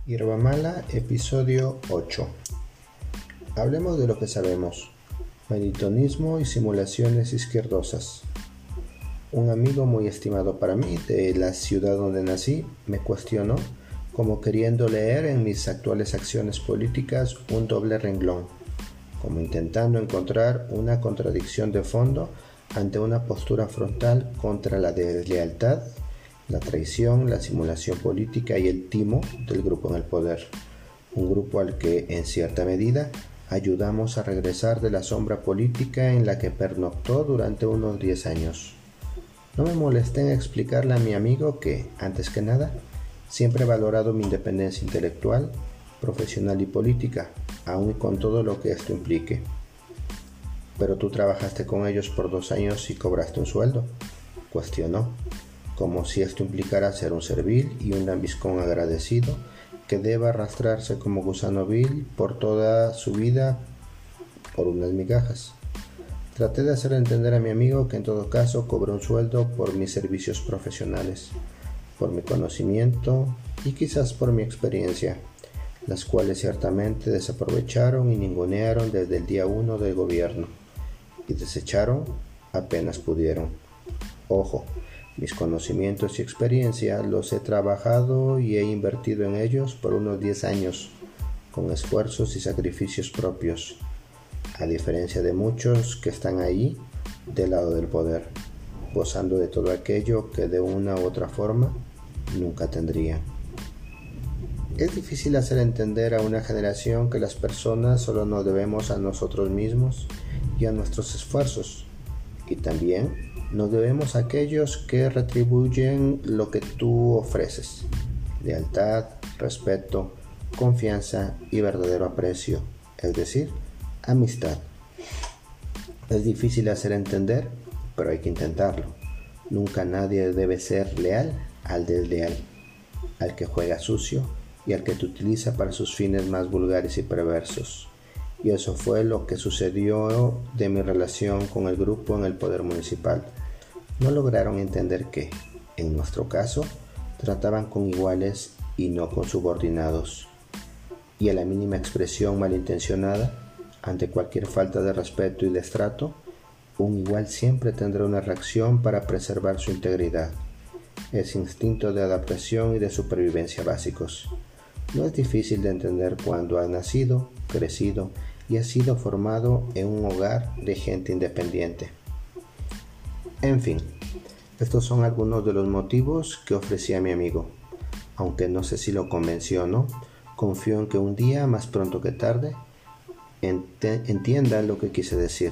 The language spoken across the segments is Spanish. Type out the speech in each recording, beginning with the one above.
Hierba Mala, episodio 8. Hablemos de lo que sabemos. Melitonismo y simulaciones izquierdosas. Un amigo muy estimado para mí, de la ciudad donde nací, me cuestionó, como queriendo leer en mis actuales acciones políticas un doble renglón, como intentando encontrar una contradicción de fondo ante una postura frontal contra la deslealtad, la traición, la simulación política y el timo del grupo en el poder. Un grupo al que, en cierta medida, ayudamos a regresar de la sombra política en la que pernoctó durante unos 10 años. No me molesté en explicarle a mi amigo que, antes que nada, siempre he valorado mi independencia intelectual, profesional y política, aun con todo lo que esto implique. ¿Pero tú trabajaste con ellos por 2 años y cobraste un sueldo?, cuestionó, como si esto implicara ser un servil y un lambiscón agradecido que deba arrastrarse como gusano vil por toda su vida por unas migajas. Traté de hacer entender a mi amigo que en todo caso cobré un sueldo por mis servicios profesionales, por mi conocimiento y quizás por mi experiencia, las cuales ciertamente desaprovecharon y ningunearon desde el día 1 del gobierno, y desecharon apenas pudieron. Ojo, mis conocimientos y experiencia los he trabajado y he invertido en ellos por unos 10 años, con esfuerzos y sacrificios propios, a diferencia de muchos que están ahí del lado del poder, gozando de todo aquello que de una u otra forma nunca tendrían. Es difícil hacer entender a una generación que las personas solo nos debemos a nosotros mismos y a nuestros esfuerzos, y también nos debemos a aquellos que retribuyen lo que tú ofreces: lealtad, respeto, confianza y verdadero aprecio, es decir, amistad. Es difícil hacer entender, pero hay que intentarlo. Nunca nadie debe ser leal al desleal, al que juega sucio y al que te utiliza para sus fines más vulgares y perversos. Y eso fue lo que sucedió de mi relación con el grupo en el poder municipal. No lograron entender que, en nuestro caso, trataban con iguales y no con subordinados. Y a la mínima expresión malintencionada, ante cualquier falta de respeto y destrato, un igual siempre tendrá una reacción para preservar su integridad. Es instinto de adaptación y de supervivencia básicos. No es difícil de entender cuando ha nacido, crecido y ha sido formado en un hogar de gente independiente. En fin, estos son algunos de los motivos que ofrecí a mi amigo. Aunque no sé si lo convenció o no, confío en que un día, más pronto que tarde, entienda lo que quise decir.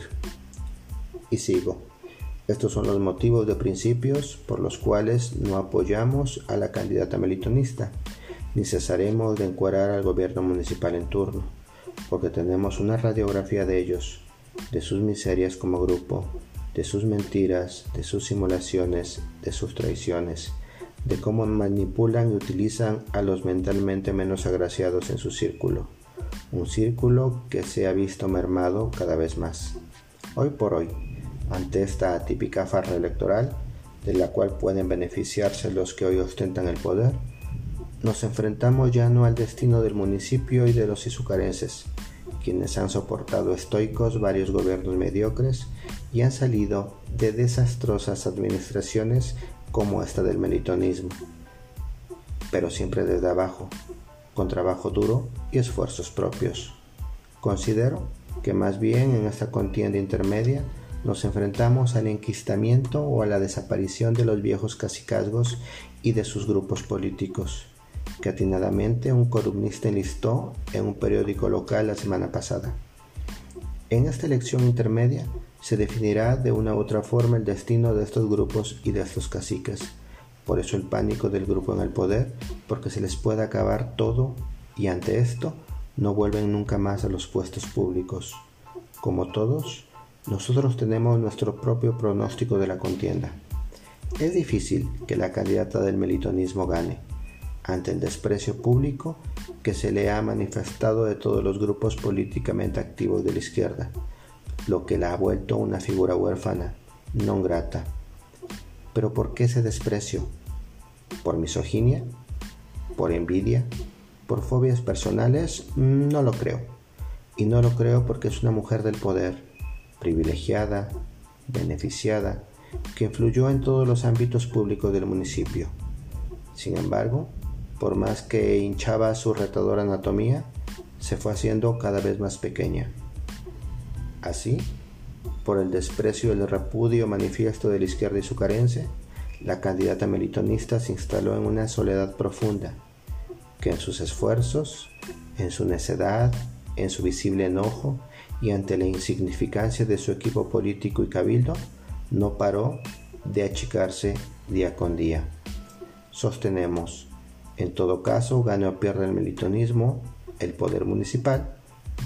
Y sigo. Estos son los motivos de principios por los cuales no apoyamos a la candidata melitonista, ni cesaremos de encuadrar al gobierno municipal en turno, porque tenemos una radiografía de ellos, de sus miserias como grupo, de sus mentiras, de sus simulaciones, de sus traiciones, de cómo manipulan y utilizan a los mentalmente menos agraciados en su círculo, un círculo que se ha visto mermado cada vez más. Hoy por hoy, ante esta atípica farra electoral, de la cual pueden beneficiarse los que hoy ostentan el poder, nos enfrentamos ya no al destino del municipio y de los izucarenses, quienes han soportado estoicos varios gobiernos mediocres y han salido de desastrosas administraciones como esta del melitonismo, pero siempre desde abajo, con trabajo duro y esfuerzos propios. Considero que más bien en esta contienda intermedia nos enfrentamos al enquistamiento o a la desaparición de los viejos cacicazgos y de sus grupos políticos, que atinadamente un columnista enlistó en un periódico local la semana pasada. En esta elección intermedia se definirá de una u otra forma el destino de estos grupos y de estos caciques. Por eso el pánico del grupo en el poder, porque se les puede acabar todo y ante esto no vuelven nunca más a los puestos públicos. Como todos, nosotros tenemos nuestro propio pronóstico de la contienda. Es difícil que la candidata del melitonismo gane, ante el desprecio público que se le ha manifestado de todos los grupos políticamente activos de la izquierda, lo que la ha vuelto una figura huérfana, non grata. ¿Pero por qué ese desprecio? ¿Por misoginia? ¿Por envidia? ¿Por fobias personales? No lo creo. Y no lo creo porque es una mujer del poder, privilegiada, beneficiada, que influyó en todos los ámbitos públicos del municipio. Sin embargo, por más que hinchaba su retadora anatomía, se fue haciendo cada vez más pequeña. Así, por el desprecio y el repudio manifiesto de la izquierda izucarense, la candidata melitonista se instaló en una soledad profunda, que en sus esfuerzos, en su necedad, en su visible enojo y ante la insignificancia de su equipo político y cabildo, no paró de achicarse día con día. Sostenemos, en todo caso, gane o pierda el melitonismo, el poder municipal,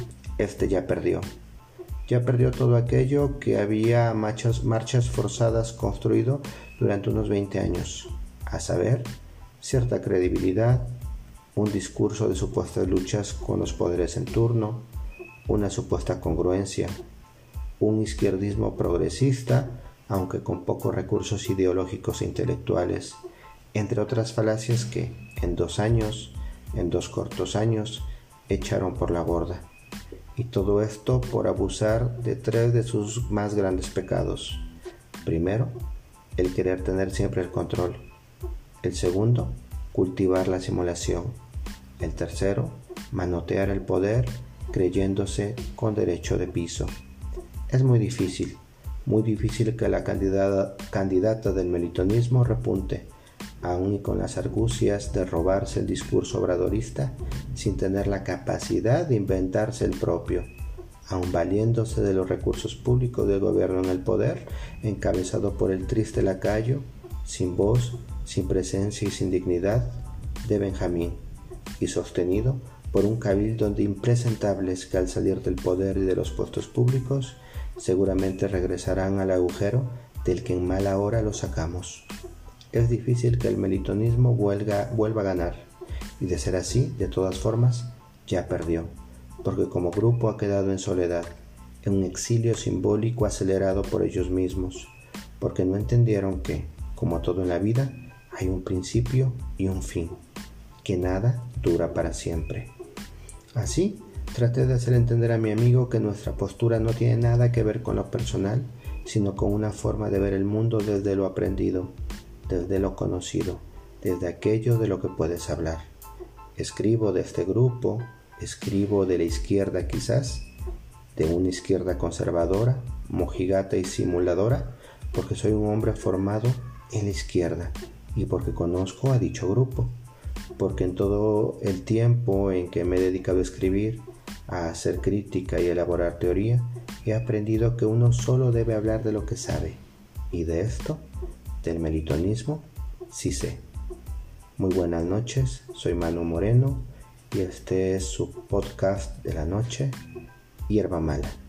ya perdió. Ya perdió todo aquello que había marchas forzadas construido durante unos 20 años, a saber, cierta credibilidad, un discurso de supuestas luchas con los poderes en turno, una supuesta congruencia, un izquierdismo progresista, aunque con pocos recursos ideológicos e intelectuales, entre otras falacias que, en 2 años, en 2 cortos años, echaron por la borda. Y todo esto por abusar de 3 de sus más grandes pecados. Primero, el querer tener siempre el control. El segundo, cultivar la simulación. El tercero, manotear el poder creyéndose con derecho de piso. Es muy difícil que la candidata del melitonismo repunte, aun y con las argucias de robarse el discurso obradorista sin tener la capacidad de inventarse el propio, aun valiéndose de los recursos públicos del gobierno en el poder, encabezado por el triste lacayo, sin voz, sin presencia y sin dignidad, de Benjamín, y sostenido por un cabildo de impresentables que al salir del poder y de los puestos públicos seguramente regresarán al agujero del que en mala hora lo sacamos. Es difícil que el melitonismo vuelva a ganar, y de ser así, de todas formas, ya perdió, porque como grupo ha quedado en soledad, en un exilio simbólico acelerado por ellos mismos, porque no entendieron que, como todo en la vida, hay un principio y un fin, que nada dura para siempre. Así, traté de hacer entender a mi amigo que nuestra postura no tiene nada que ver con lo personal, sino con una forma de ver el mundo desde lo aprendido, desde lo conocido, desde aquello de lo que puedes hablar. Escribo de este grupo, escribo de la izquierda quizás, de una izquierda conservadora, mojigata y simuladora, porque soy un hombre formado en la izquierda y porque conozco a dicho grupo, porque en todo el tiempo en que me he dedicado a escribir, a hacer crítica y elaborar teoría, he aprendido que uno solo debe hablar de lo que sabe, y de esto, del melitonismo, sí sé. Muy buenas noches, soy Manu Moreno y este es su podcast de la noche, Hierba Mala.